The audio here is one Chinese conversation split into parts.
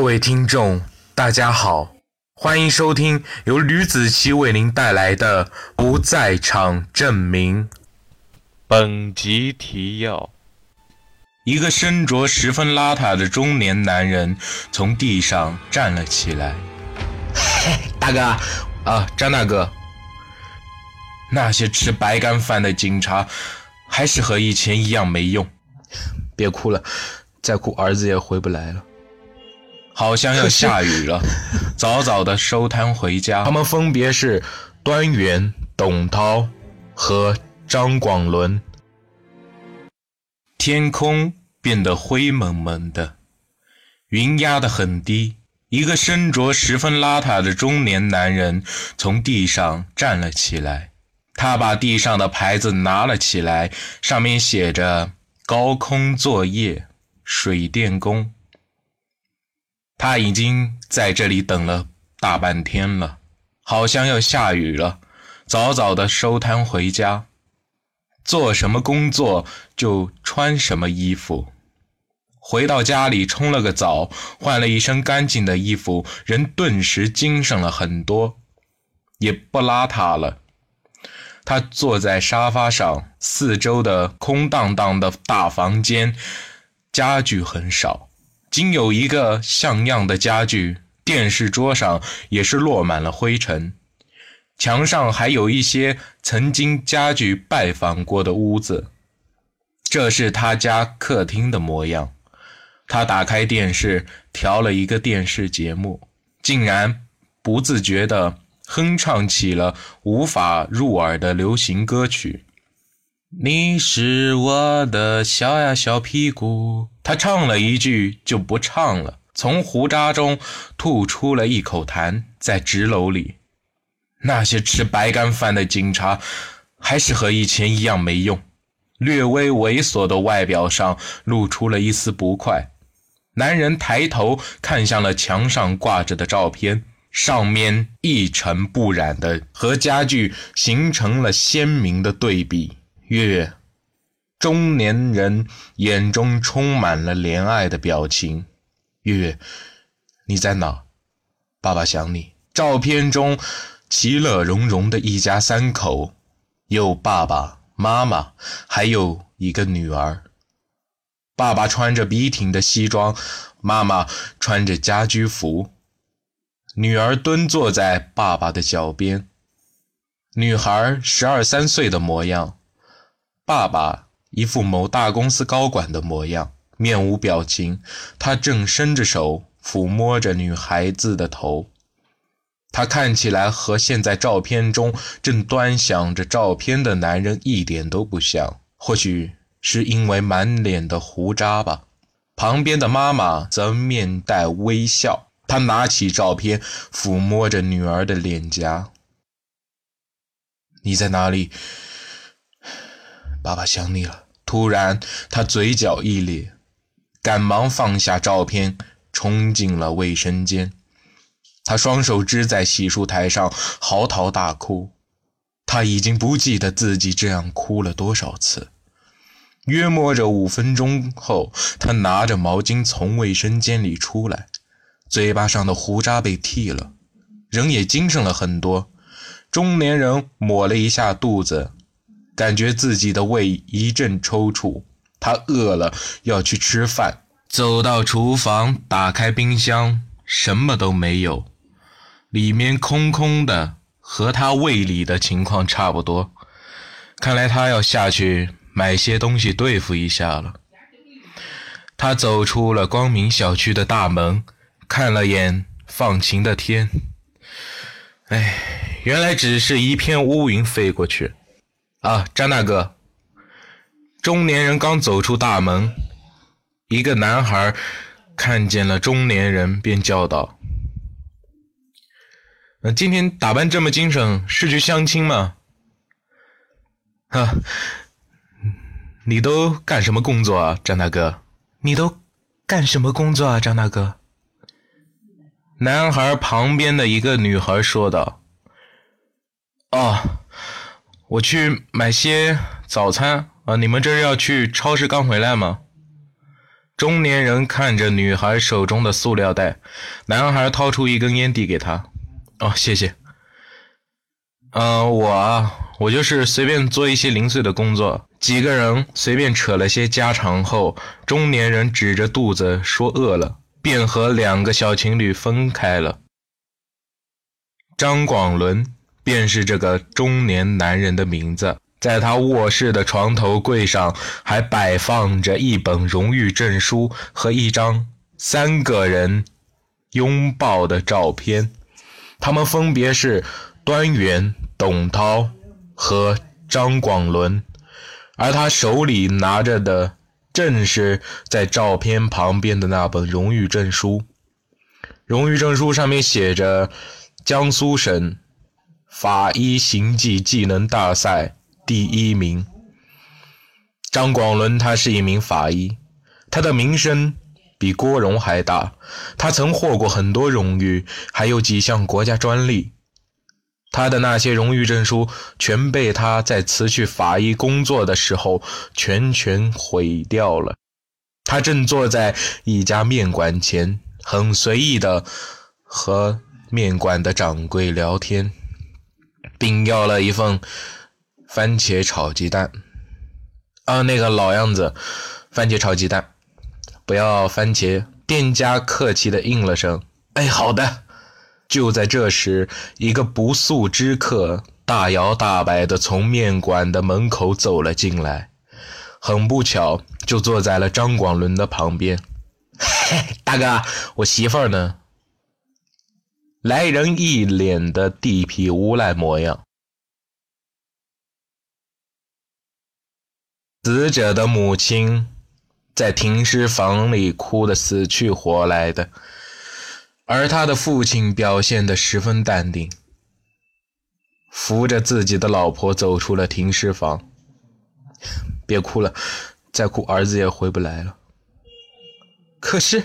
各位听众，大家好，欢迎收听由吕子奇为您带来的《不在场证明》。 本集提要： 一个身着十分邋遢的中年男人从地上站了起来。大哥张大哥，那些吃白干饭的警察还是和以前一样没用。别哭了，再哭儿子也回不来了。好像要下雨了，早早的收摊回家。他们分别是端元、董涛和张广伦。天空变得灰蒙蒙的，云压得很低。一个身着十分邋遢的中年男人从地上站了起来，他把地上的牌子拿了起来，上面写着高空作业水电工。他已经在这里等了大半天了，好像要下雨了，早早的收摊回家。做什么工作就穿什么衣服。回到家里冲了个澡，换了一身干净的衣服，人顿时精神了很多，也不邋遢了。他坐在沙发上，四周的空荡荡的大房间，家具很少，仅有一个像样的家具，电视桌上也是落满了灰尘，墙上还有一些曾经家具拜访过的屋子。这是他家客厅的模样。他打开电视，调了一个电视节目，竟然不自觉地哼唱起了无法入耳的流行歌曲。你是我的小呀小屁股。他唱了一句就不唱了，从胡渣中吐出了一口痰，在纸篓里。那些吃白干饭的警察还是和以前一样没用。略微猥琐的外表上露出了一丝不快。男人抬头看向了墙上挂着的照片，上面一尘不染的和家具形成了鲜明的对比。月，中年人眼中充满了怜爱的表情。月，你在哪？爸爸想你。照片中其乐融融的一家三口，有爸爸妈妈，还有一个女儿。爸爸穿着笔挺的西装，妈妈穿着家居服，女儿蹲坐在爸爸的脚边。女孩12、13岁的模样，爸爸一副某大公司高管的模样，面无表情。他正伸着手抚摸着女孩子的头。他看起来和现在照片中正端详着照片的男人一点都不像，或许是因为满脸的胡渣吧。旁边的妈妈则面带微笑，她拿起照片抚摸着女儿的脸颊。你在哪里？爸爸想你了。突然他嘴角一咧，赶忙放下照片，冲进了卫生间。他双手支在洗漱台上，嚎啕大哭。他已经不记得自己这样哭了多少次。约摸着5分钟后，他拿着毛巾从卫生间里出来，嘴巴上的胡渣被剃了，人也精神了很多。中年人抹了一下肚子，感觉自己的胃一阵抽搐，他饿了，要去吃饭。走到厨房，打开冰箱，什么都没有，里面空空的，和他胃里的情况差不多。看来他要下去买些东西对付一下了。他走出了光明小区的大门，看了眼放晴的天。原来只是一片乌云飞过去。张大哥。中年人刚走出大门，一个男孩看见了中年人便叫道：今天打扮这么精神，是去相亲吗？你都干什么工作啊，张大哥？你都干什么工作啊，张大哥？男孩旁边的一个女孩说道：我去买些早餐你们这是要去超市刚回来吗？ 中年人看着女孩手中的塑料袋，男孩掏出一根烟递给她。哦，谢谢。我就是随便做一些零碎的工作。几个人随便扯了些家常后，中年人指着肚子说饿了，便和两个小情侣分开了。张广伦便是这个中年男人的名字。在他卧室的床头柜上还摆放着一本荣誉证书和一张3个人拥抱的照片，他们分别是端远、董涛和张广伦，而他手里拿着的正是在照片旁边的那本荣誉证书。荣誉证书上面写着江苏省法医刑技技能大赛第1名。张广伦他是一名法医，他的名声比郭荣还大，他曾获过很多荣誉，还有几项国家专利。他的那些荣誉证书全被他在辞去法医工作的时候全毁掉了。他正坐在一家面馆前，很随意的和面馆的掌柜聊天，并要了一份番茄炒鸡蛋。那个老样子，番茄炒鸡蛋，不要番茄。店家客气的应了声，好的。就在这时，一个不速之客大摇大摆地从面馆的门口走了进来，很不巧就坐在了张广伦的旁边。大哥，我媳妇儿呢？来人一脸的地痞无赖模样。死者的母亲在停尸房里哭得死去活来的，而他的父亲表现得十分淡定，扶着自己的老婆走出了停尸房。别哭了，再哭儿子也回不来了。可是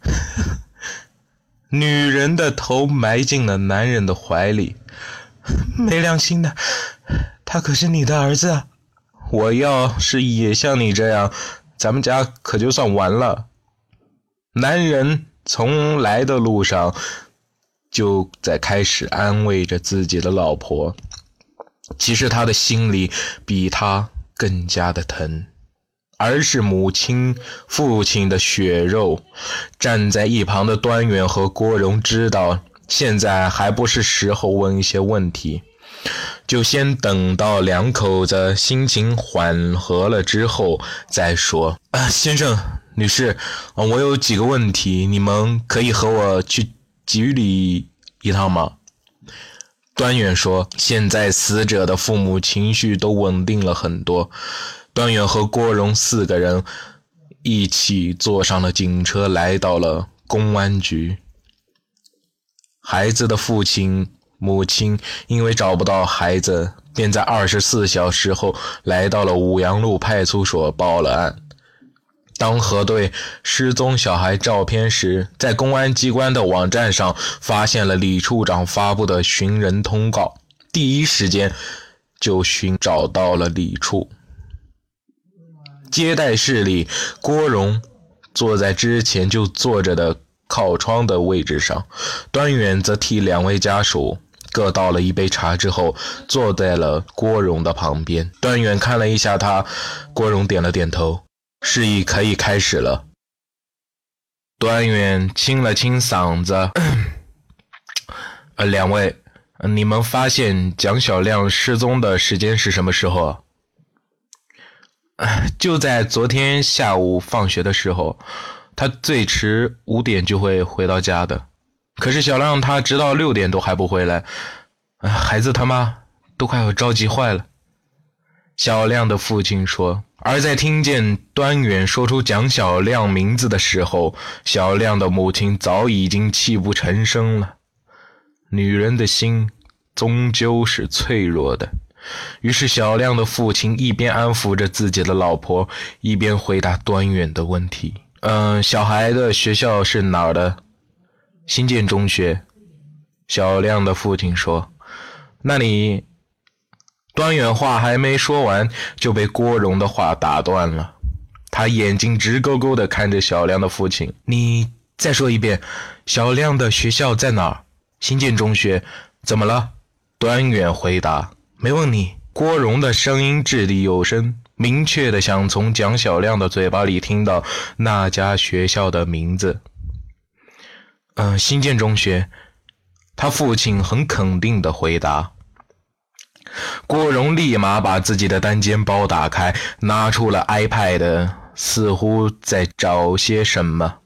女人的头埋进了男人的怀里。没良心的，他可是你的儿子啊！我要是也像你这样，咱们家可就算完了。男人从来的路上就在开始安慰着自己的老婆，其实他的心里比他更加的疼，而是母亲父亲的血肉。站在一旁的端远和郭荣知道现在还不是时候问一些问题，就先等到两口子心情缓和了之后再说。先生女士，我有几个问题，你们可以和我去局里一趟吗？端远说，现在死者的父母情绪都稳定了很多。端远和郭荣4个人一起坐上了警车，来到了公安局。孩子的父亲母亲因为找不到孩子，便在24小时后来到了五羊路派出所报了案。当核对失踪小孩照片时，在公安机关的网站上发现了李处长发布的寻人通告，第一时间就寻找到了李处。接待室里，郭荣坐在之前就坐着的靠窗的位置上，端远则替2位家属各倒了一杯茶之后，坐在了郭荣的旁边。端远看了一下他，郭荣点了点头，示意可以开始了。端远清了清嗓子2位，你们发现蒋小亮失踪的时间是什么时候？就在昨天下午放学的时候，他最迟5点就会回到家的。可是小亮他直到6点都还不回来，孩子他妈都快要着急坏了。小亮的父亲说，而在听见端远说出蒋小亮名字的时候，小亮的母亲早已经泣不成声了。女人的心终究是脆弱的，于是小亮的父亲一边安抚着自己的老婆，一边回答端远的问题。小孩的学校是哪儿的？新建中学。小亮的父亲说，那你……端远话还没说完就被郭荣的话打断了。 他眼睛直勾勾地看着小亮的父亲。你再说一遍，小亮的学校在哪儿？新建中学。怎么了？端远回答。没问你。郭荣的声音掷地有声，明确地想从蒋小亮的嘴巴里听到那家学校的名字。新建中学。他父亲很肯定地回答。郭荣立马把自己的单肩包打开，拿出了 iPad，似乎在找些什么。